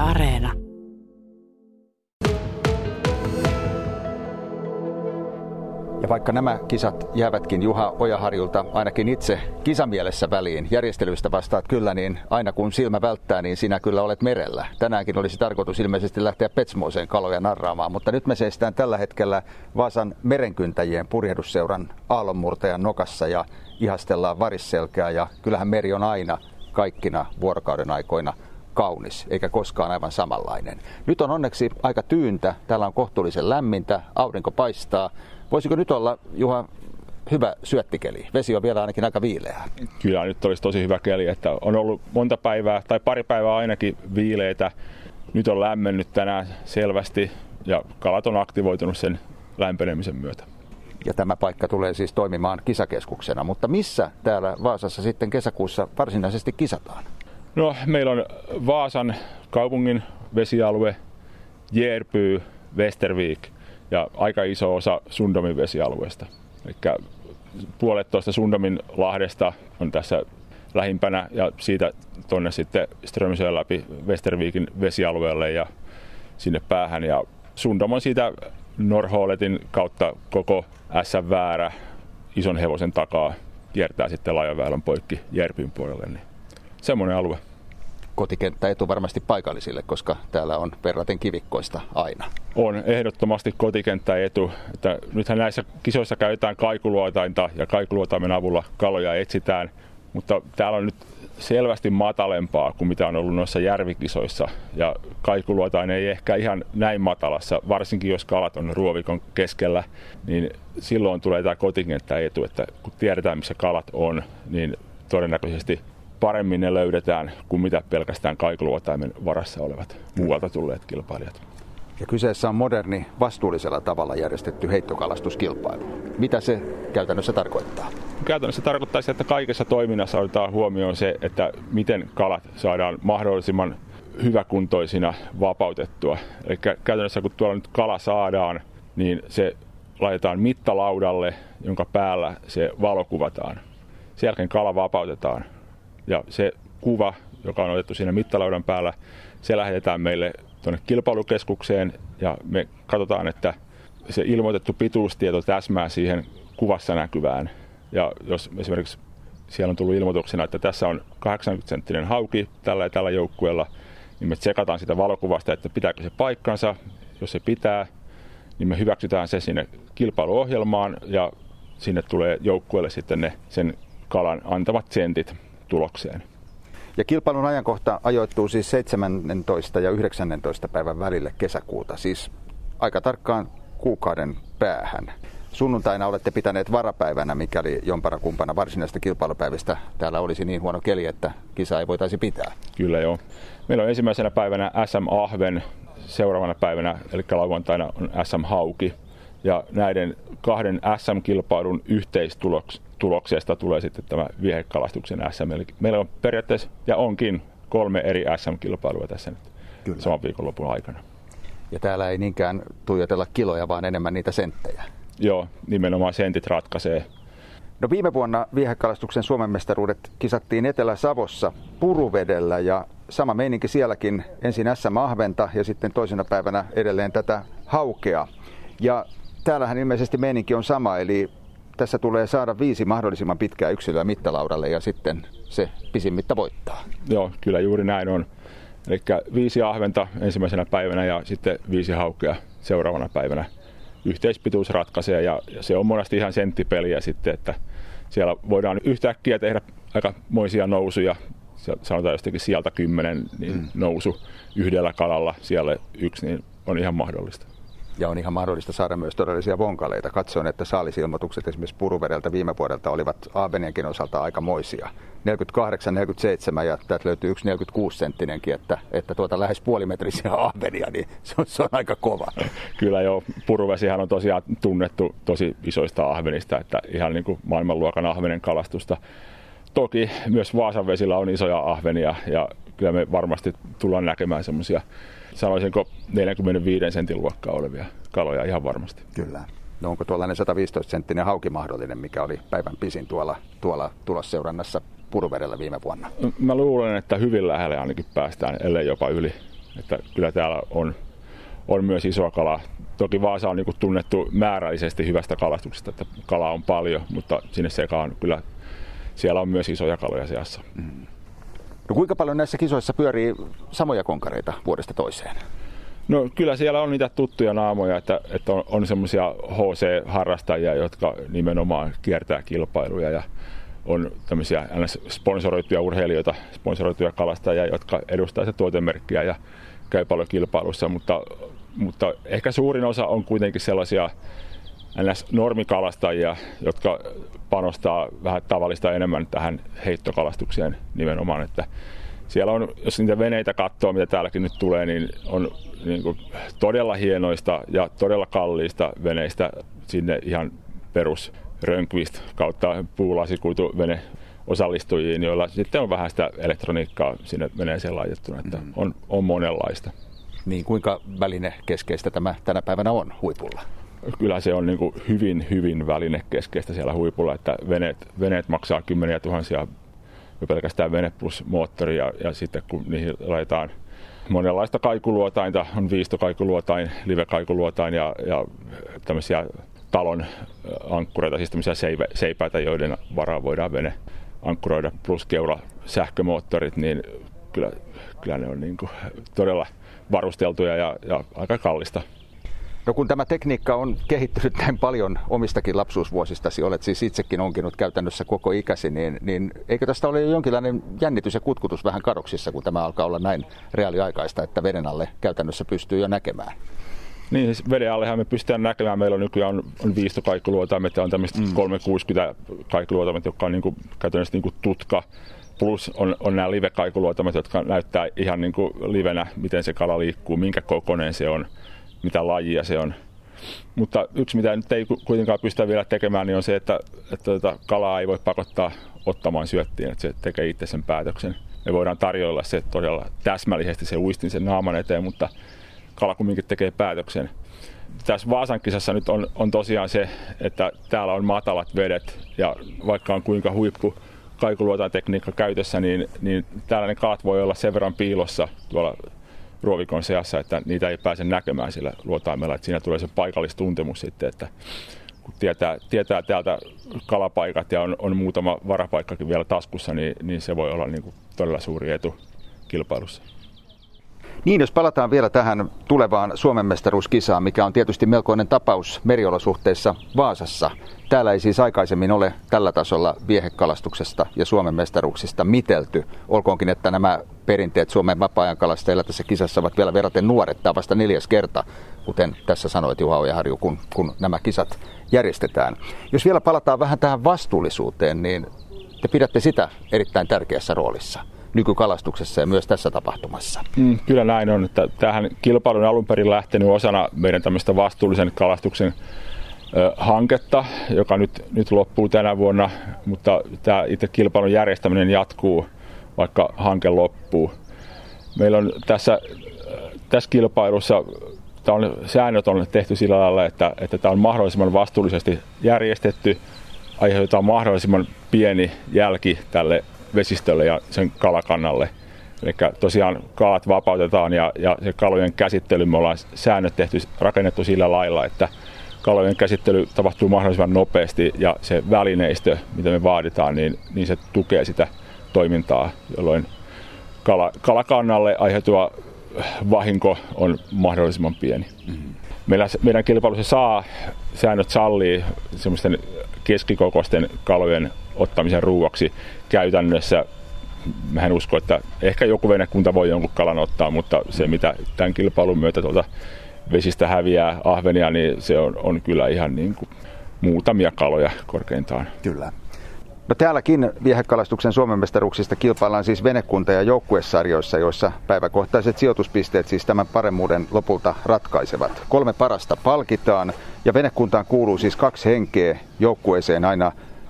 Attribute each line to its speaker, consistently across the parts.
Speaker 1: Areena.
Speaker 2: Ja vaikka nämä kisat jäävätkin Juha Ojaharjulta ainakin itse kisamielessä väliin, järjestelyistä vastaat kyllä, niin aina kun silmä välttää, niin sinä kyllä olet merellä. Tänäänkin olisi tarkoitus ilmeisesti lähteä Petsmooseen kaloja narraamaan, mutta nyt me seistään tällä hetkellä Vaasan merenkyntäjien purjehdusseuran aallonmurtajan nokassa ja ihastellaan varisselkää. Ja kyllähän meri on aina kaikkina vuorokauden aikoina kaunis, eikä koskaan aivan samanlainen. Nyt on onneksi aika tyyntä, täällä on kohtuullisen lämmintä, aurinko paistaa. Voisiko nyt olla, Juha, hyvä syöttikeli? Vesi on vielä ainakin aika viileää.
Speaker 3: Kyllä, nyt olisi tosi hyvä keli, että on ollut monta päivää tai pari päivää ainakin viileitä. Nyt on lämmennyt tänään selvästi ja kalat on aktivoitunut sen lämpenemisen myötä.
Speaker 2: Ja tämä paikka tulee siis toimimaan kisakeskuksena, mutta missä täällä Vaasassa sitten kesäkuussa varsinaisesti kisataan?
Speaker 3: No, meillä on Vaasan kaupungin vesialue, Järpy, Västervik ja aika iso osa Sundomin vesialueesta. Eli puolet tuosta Sundomin lahdesta on tässä lähimpänä ja siitä tuonne sitten Strömsön läpi Västervikin vesialueelle ja sinne päähän. Ja Sundom on siitä Norrhåletin kautta koko S-väärä ison hevosen takaa kiertää sitten Laajaväylän poikki Järpyn puolelle. Niin semmoinen alue.
Speaker 2: Kotikenttä etu varmasti paikallisille, koska täällä on verraten kivikkoista aina.
Speaker 3: On ehdottomasti kotikenttä etu. Että nythän näissä kisoissa käytetään kaikuluotainta ja kaikuluotaimen avulla kaloja etsitään, mutta täällä on nyt selvästi matalempaa kuin mitä on ollut noissa järvikisoissa. Ja kaikuluotain ei ehkä ihan näin matalassa, varsinkin jos kalat on ruovikon keskellä, niin silloin tulee tämä kotikenttä etu, että kun tiedetään missä kalat on, niin todennäköisesti paremmin ne löydetään kuin mitä pelkästään kaikuluotaimen varassa olevat muualta tulleet kilpailijat.
Speaker 2: Ja kyseessä on moderni, vastuullisella tavalla järjestetty heittokalastuskilpailu. Mitä se käytännössä tarkoittaa? Käytännössä
Speaker 3: tarkoittaa sitä, että kaikessa toiminnassa otetaan huomioon se, että miten kalat saadaan mahdollisimman hyväkuntoisina vapautettua. Eli käytännössä kun tuolla nyt kala saadaan, niin se laitetaan mittalaudalle, jonka päällä se valokuvataan. Sen jälkeen kala vapautetaan. Ja se kuva, joka on otettu siinä mittalaudan päällä, se lähetetään meille tuonne kilpailukeskukseen ja me katsotaan, että se ilmoitettu pituustieto täsmää siihen kuvassa näkyvään. Ja jos esimerkiksi siellä on tullut ilmoituksena, että tässä on 80-senttinen hauki tällä ja tällä joukkueella, niin me tsekataan sitä valokuvasta, että pitääkö se paikkansa. Jos se pitää, niin me hyväksytään se sinne kilpailuohjelmaan ja sinne tulee joukkueelle sitten ne sen kalan antamat sentit tulokseen.
Speaker 2: Ja kilpailun ajankohta ajoittuu siis 17. ja 19. päivän välille kesäkuuta, siis aika tarkkaan kuukauden päähän. Sunnuntaina olette pitäneet varapäivänä, mikäli jompana kumpana varsinaista kilpailupäivistä täällä olisi niin huono keli, että kisa ei voitaisi pitää.
Speaker 3: Kyllä joo. Meillä on ensimmäisenä päivänä SM Ahven, seuraavana päivänä eli lauantaina on SM Hauki. Ja näiden kahden SM-kilpailun yhteistuloksesta tulee sitten tämä viehekalastuksen SM. Eli meillä on periaatteessa ja onkin 3 eri SM-kilpailua tässä nyt saman viikonlopun aikana.
Speaker 2: Ja täällä ei niinkään tuijotella kiloja, vaan enemmän niitä senttejä.
Speaker 3: Joo, nimenomaan sentit ratkaisee.
Speaker 2: No viime vuonna viehekalastuksen Suomen mestaruudet kisattiin Etelä-Savossa Puruvedellä ja sama meininki sielläkin. Ensin SM Ahventa ja sitten toisena päivänä edelleen tätä haukea. Ja täällähän ilmeisesti meininki on sama, eli tässä tulee saada 5 mahdollisimman pitkää yksilöä mittalaudalle ja sitten se pisin mitta voittaa.
Speaker 3: Joo, kyllä juuri näin on. Eli 5 ahventa ensimmäisenä päivänä ja sitten 5 haukea seuraavana päivänä. Yhteispituus ratkaisee ja se on monesti ihan senttipeliä sitten, että siellä voidaan yhtäkkiä tehdä aikamoisia nousuja. Sanotaan jostakin sieltä 10 niin nousu yhdellä kalalla, siellä 1, niin on ihan mahdollista.
Speaker 2: Ja on ihan mahdollista saada myös todellisia vonkaleita. Katsoin, että saalisilmoitukset esimerkiksi Puruvedeltä viime vuodelta olivat ahvenienkin osalta aikamoisia. 48, 47 ja täältä löytyy yksi 46-senttinenkin, että lähes puolimetrisiä ahvenia, niin se on aika kova.
Speaker 3: Kyllä joo, Puruvesihan on tosiaan tunnettu tosi isoista ahvenista, että ihan niin kuin maailmanluokan ahvenen kalastusta. Toki myös Vaasan vesillä on isoja ahvenia ja kyllä me varmasti tullaan näkemään semmoisia, sanoisinko 45 sentin luokkaa olevia kaloja ihan varmasti.
Speaker 2: Kyllä. No onko tuollainen 115-senttinen hauki mahdollinen, mikä oli päivän pisin tuolla tulosseurannassa Puruvedellä viime vuonna?
Speaker 3: Mä luulen, että hyvin lähelle ainakin päästään, ellei jopa yli. Että kyllä täällä on myös isoa kalaa. Toki Vaasa on niin kuin tunnettu määrällisesti hyvästä kalastuksesta, että kalaa on paljon, mutta sinne sekaan kyllä siellä on myös isoja kaloja seassa.
Speaker 2: No kuinka paljon näissä kisoissa pyörii samoja konkareita vuodesta toiseen?
Speaker 3: No kyllä siellä on niitä tuttuja naamoja, että on semmoisia HC-harrastajia, jotka nimenomaan kiertää kilpailuja ja on tämmöisiä sponsoroituja urheilijoita, sponsoroituja kalastajia, jotka edustaa se tuotemerkkiä ja käy paljon kilpailussa, mutta ehkä suurin osa on kuitenkin sellaisia normikalastajia, jotka panostaa vähän tavallista enemmän tähän heittokalastukseen nimenomaan, että siellä on, jos niitä veneitä katsoo, mitä täälläkin nyt tulee, niin on niin kuin todella hienoista ja todella kalliista veneistä sinne ihan perus Rönnqvist kautta puulasikuituvene osallistujiin, joilla sitten on vähän sitä elektroniikkaa sinne veneeseen laitettuna, että on monenlaista.
Speaker 2: Niin kuinka välinekeskeistä tämä tänä päivänä on huipulla?
Speaker 3: Kyllä se on niin kuin hyvin välinekeskeistä siellä huipulla, että veneet maksaa kymmeniä tuhansia jo pelkästään vene plus moottori ja sitten kun niihin laitetaan monenlaista kaikuluotainta, on viistokaikuluotain, livekaikuluotain ja tämmöisiä talon ankkureita, siis tämmöisiä seipäitä, joiden varaan voidaan vene ankkuroida plus keula sähkömoottorit, niin kyllä ne on niin kuin todella varusteltuja ja aika kallista.
Speaker 2: No kun tämä tekniikka on kehittynyt näin paljon omistakin lapsuusvuosistasi, olet siis itsekin onkinut käytännössä koko ikäsi, niin eikö tästä ole jonkinlainen jännitys ja kutkutus vähän kadoksissa, kun tämä alkaa olla näin reaaliaikaista, että veden alle käytännössä pystyy jo näkemään? Niin, siis veden allehan me pystytään näkemään. Meillä on nykyään on viistokaikuluotaimet ja on tämmöiset 360 kaikuluotaimet, jotka on niin kuin, käytännössä niin kuin tutka. Plus on nämä live-kaikuluotaimet, jotka näyttää ihan niin kuin livenä, miten se kala liikkuu, minkä kokoinen se on, mitä lajia se on. Mutta yksi, mitä nyt ei kuitenkaan pystytä vielä tekemään, niin on se, että kalaa ei voi pakottaa ottamaan syöttiin, että se tekee itse sen päätöksen. Me voidaan tarjoilla se todella täsmällisesti se uistin sen naaman eteen, mutta kala kumminkin tekee päätöksen. Tässä Vaasan kisassa nyt on tosiaan se, että täällä on matalat vedet ja vaikka on kuinka huippu kaikuluotaintekniikka käytössä, niin täällä ne kalat voi olla sen verran piilossa tuolla ruovikon seassa, että niitä ei pääse näkemään sillä luotaimella. Että siinä tulee se paikallistuntemus sitten, että kun tietää täältä kalapaikat ja on muutama varapaikkakin vielä taskussa, niin se voi olla niin kuin todella suuri etu kilpailussa. Niin, jos palataan vielä tähän tulevaan Suomen mestaruuskisaan, mikä on tietysti melkoinen tapaus meriolosuhteissa Vaasassa. Täällä ei siis aikaisemmin ole tällä tasolla viehekalastuksesta ja Suomen mestaruuksista mitelty. Olkoonkin, että nämä perinteet Suomen vapaa-ajankalastajilla tässä kisassa ovat vielä verraten nuoret. Tämä on vasta 4. kerta, kuten tässä sanoit Juha Ojaharju, kun nämä kisat järjestetään. Jos vielä palataan vähän tähän vastuullisuuteen, niin te pidätte sitä erittäin tärkeässä roolissa nykykalastuksessa ja myös tässä tapahtumassa.
Speaker 3: Kyllä näin on, että tähän kilpailun alun perin lähtenyt osana meidän tämmöistä vastuullisen kalastuksen hanketta, joka nyt loppuu tänä vuonna, mutta tämä itse kilpailun järjestäminen jatkuu, vaikka hanke loppuu. Meillä on tässä kilpailussa säännöt on tehty sillä lailla, että tämä on mahdollisimman vastuullisesti järjestetty, aiheutetaan mahdollisimman pieni jälki tälle vesistölle ja sen kalakannalle. Eli tosiaan kalat vapautetaan ja se kalojen käsittely, me ollaan säännöt rakennettu sillä lailla, että kalojen käsittely tapahtuu mahdollisimman nopeasti ja se välineistö, mitä me vaaditaan, niin se tukee sitä toimintaa, jolloin kalakannalle aiheutuva vahinko on mahdollisimman pieni. Meidän kilpailussa säännöt sallii semmoisten keskikokoisten kalojen ottamisen ruuaksi käytännössä. Mä en usko, että ehkä joku venekunta voi jonkun kalan ottaa, mutta se mitä tämän kilpailun myötä tuolta vesistä häviää ahvenia, niin se on kyllä ihan niin kuin muutamia kaloja korkeintaan.
Speaker 2: Kyllä. No täälläkin viehekalastuksen Suomen mestaruuksista kilpaillaan siis venekunta- ja joukkuesarjoissa, joissa päiväkohtaiset sijoituspisteet siis tämän paremmuuden lopulta ratkaisevat. 3 parasta palkitaan ja venekuntaan kuuluu siis 2 henkeä, joukkueeseen aina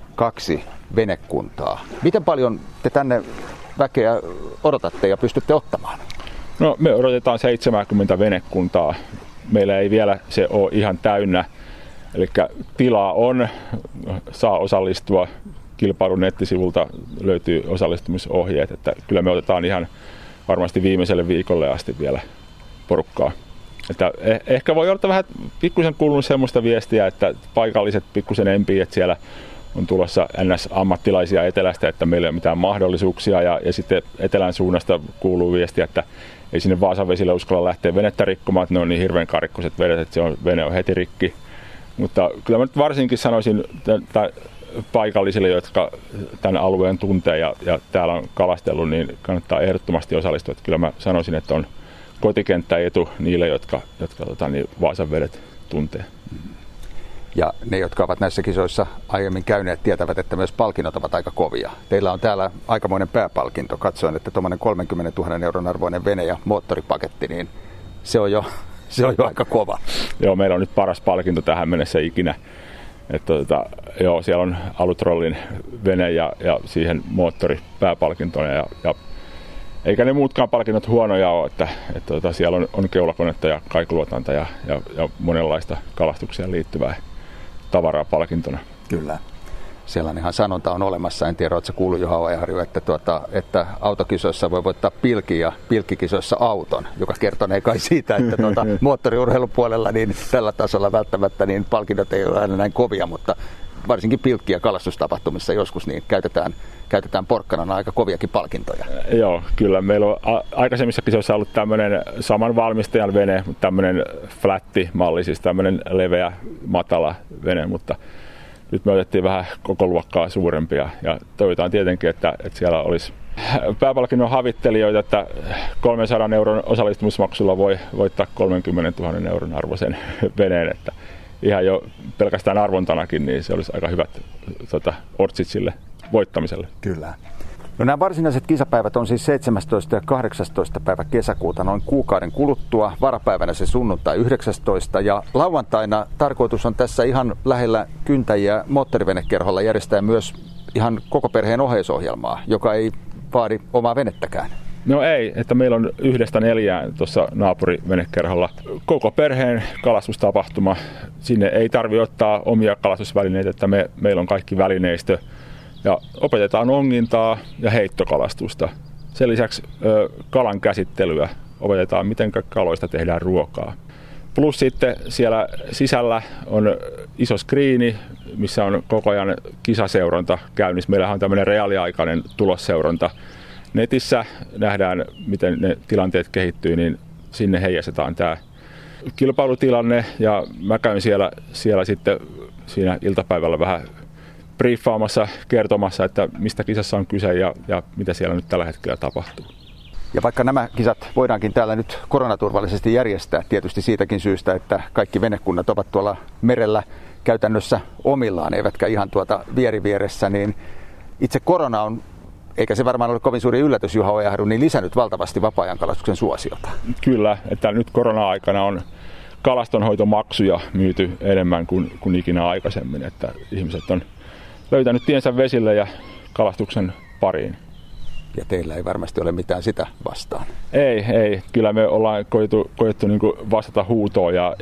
Speaker 2: 2 venekuntaa. Miten paljon te tänne väkeä odotatte ja pystytte ottamaan?
Speaker 3: No me odotetaan 70 venekuntaa. Meillä ei vielä se ole ihan täynnä. Eli tilaa on, saa osallistua. Kilpailun nettisivulta löytyy osallistumisohjeet, että kyllä me otetaan ihan varmasti viimeiselle viikolle asti vielä porukkaa. Että ehkä voi olla vähän pikkusen kuulunut semmoista viestiä, että paikalliset pikkusen empii, että siellä on tulossa NS-ammattilaisia etelästä, että meillä ei ole mitään mahdollisuuksia. Ja sitten etelän suunnasta kuuluu viestiä, että ei sinne Vaasan vesille uskalla lähteä venettä rikkomaan, että ne on niin hirveän karikkoiset vedet, että vene on heti rikki. Mutta kyllä mä nyt varsinkin sanoisin paikallisille, jotka tämän alueen tuntee ja täällä on kalastellut, niin kannattaa ehdottomasti osallistua. Että kyllä mä sanoisin, että on kotikenttäetu niille, jotka niin Vaasan vedet tuntee.
Speaker 2: Ja ne, jotka ovat näissä kisoissa aiemmin käyneet, tietävät, että myös palkinnot ovat aika kovia. Teillä on täällä aikamoinen pääpalkinto. Katsoin, että tuommoinen 30 000 euron arvoinen vene ja moottoripaketti, niin se on jo aika kova.
Speaker 3: Joo, meillä on nyt paras palkinto tähän mennessä ikinä. Että siellä on alutrollin vene ja siihen moottori pääpalkintona. Ja eikä ne muutkaan palkinnot huonoja ole, että siellä on keulakonetta ja kaikuluotanta ja monenlaista kalastukseen liittyvää tavaraa palkintona.
Speaker 2: Kyllä. Sellainenhan sanonta on olemassa. En tiedä, oletko kuullut, Juha Ojaharju, että autokisoissa voi voittaa pilkin ja pilkkikisoissa auton, joka kertonee kai siitä, että moottoriurheilupuolella niin tällä tasolla välttämättä niin palkinnot ei ole aina näin kovia, mutta varsinkin pilkki- ja kalastustapahtumissa joskus niin käytetään porkkanana aika koviakin palkintoja.
Speaker 3: Joo, kyllä. Meillä on aikaisemmissa kisoissa ollut tämmöinen saman valmistajan vene, tämmöinen flätti-malli, siis tämmöinen leveä, matala vene, mutta nyt me otettiin vähän koko luokkaa suurempia ja toivotaan tietenkin, että siellä olisi pääpalkinnon havittelijoita, että 300 euron osallistumismaksulla voi voittaa 30 000 euron arvoisen veneen, että ihan jo pelkästään arvontanakin, niin se olisi aika hyvät oddssit sille voittamiselle.
Speaker 2: Kyllä. No nämä varsinaiset kisapäivät on siis 17. ja 18. päivä kesäkuuta noin kuukauden kuluttua. Varapäivänä se sunnuntai 19. ja lauantaina tarkoitus on tässä ihan lähellä Kyntäjiä moottorivenekerholla järjestää myös ihan koko perheen oheisohjelmaa, joka ei vaadi omaa venettäkään.
Speaker 3: No ei, että meillä on 1-4 tuossa naapurivenekerholla koko perheen kalastustapahtuma. Sinne ei tarvitse ottaa omia kalastusvälineitä, että meillä on kaikki välineistö. Ja opetetaan ongintaa ja heittokalastusta. Sen lisäksi kalan käsittelyä opetetaan, miten kaloista tehdään ruokaa. Plus sitten siellä sisällä on iso skriini, missä on koko ajan kisaseuranta käynnissä. Meillähän on tämmöinen reaaliaikainen tulosseuranta. Netissä nähdään, miten ne tilanteet kehittyy, niin sinne heijastetaan tämä kilpailutilanne. Ja mä käyn siellä sitten siinä iltapäivällä vähän briefaamassa, kertomassa, että mistä kisassa on kyse ja mitä siellä nyt tällä hetkellä tapahtuu.
Speaker 2: Ja vaikka nämä kisat voidaankin täällä nyt koronaturvallisesti järjestää, tietysti siitäkin syystä, että kaikki venekunnat ovat tuolla merellä käytännössä omillaan, eivätkä ihan vieressä, niin itse korona on, eikä se varmaan ole kovin suuri yllätys, Juha Ojaharju, niin lisännyt valtavasti vapaa-ajankalastuksen suosiota.
Speaker 3: Kyllä, että nyt korona-aikana on kalastonhoitomaksuja myyty enemmän kuin ikinä aikaisemmin, että ihmiset on löytänyt tiensä vesille ja kalastuksen pariin.
Speaker 2: Ja teillä ei varmasti ole mitään sitä vastaan.
Speaker 3: Ei. Kyllä me ollaan koettu niin kuin vastata huutoon ja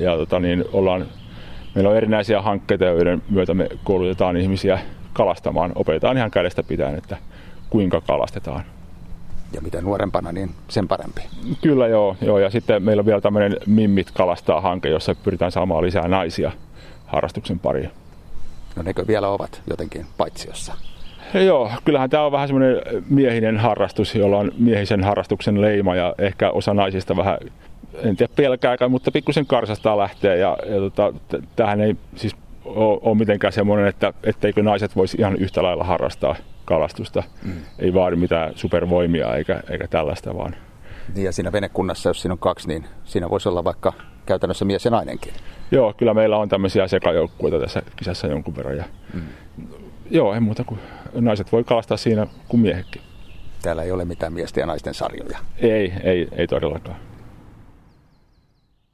Speaker 3: meillä on erinäisiä hankkeita, joiden myötä me koulutetaan ihmisiä kalastamaan. Opetetaan ihan kädestä pitäen, että kuinka kalastetaan.
Speaker 2: Ja mitä nuorempana, niin sen parempi.
Speaker 3: Kyllä joo. Ja sitten meillä on vielä tämmöinen Mimmit kalastaa -hanke, jossa pyritään saamaan lisää naisia harrastuksen pariin.
Speaker 2: No nekö vielä ovat jotenkin paitsiossa?
Speaker 3: Joo, kyllähän tämä on vähän semmoinen miehinen harrastus, jolla on miehisen harrastuksen leima ja ehkä osa naisista vähän, en tiedä pelkääkään, mutta pikkusen karsastaa lähteä ja tämähän ei siis ole mitenkään semmoinen, että etteikö naiset voisi ihan yhtä lailla harrastaa kalastusta. Ei vaadi mitään supervoimia eikä tällaista vaan.
Speaker 2: Ja siinä venekunnassa, jos siinä on 2, niin siinä voisi olla vaikka käytännössä mies ja nainenkin.
Speaker 3: Joo, kyllä meillä on tämmöisiä sekajoukkueita tässä kisassa jonkun verran. Ja joo, ei muuta kuin naiset voi kalastaa siinä kuin miehetkin.
Speaker 2: Täällä ei ole mitään miesten ja naisten sarjoja.
Speaker 3: Ei todellakaan.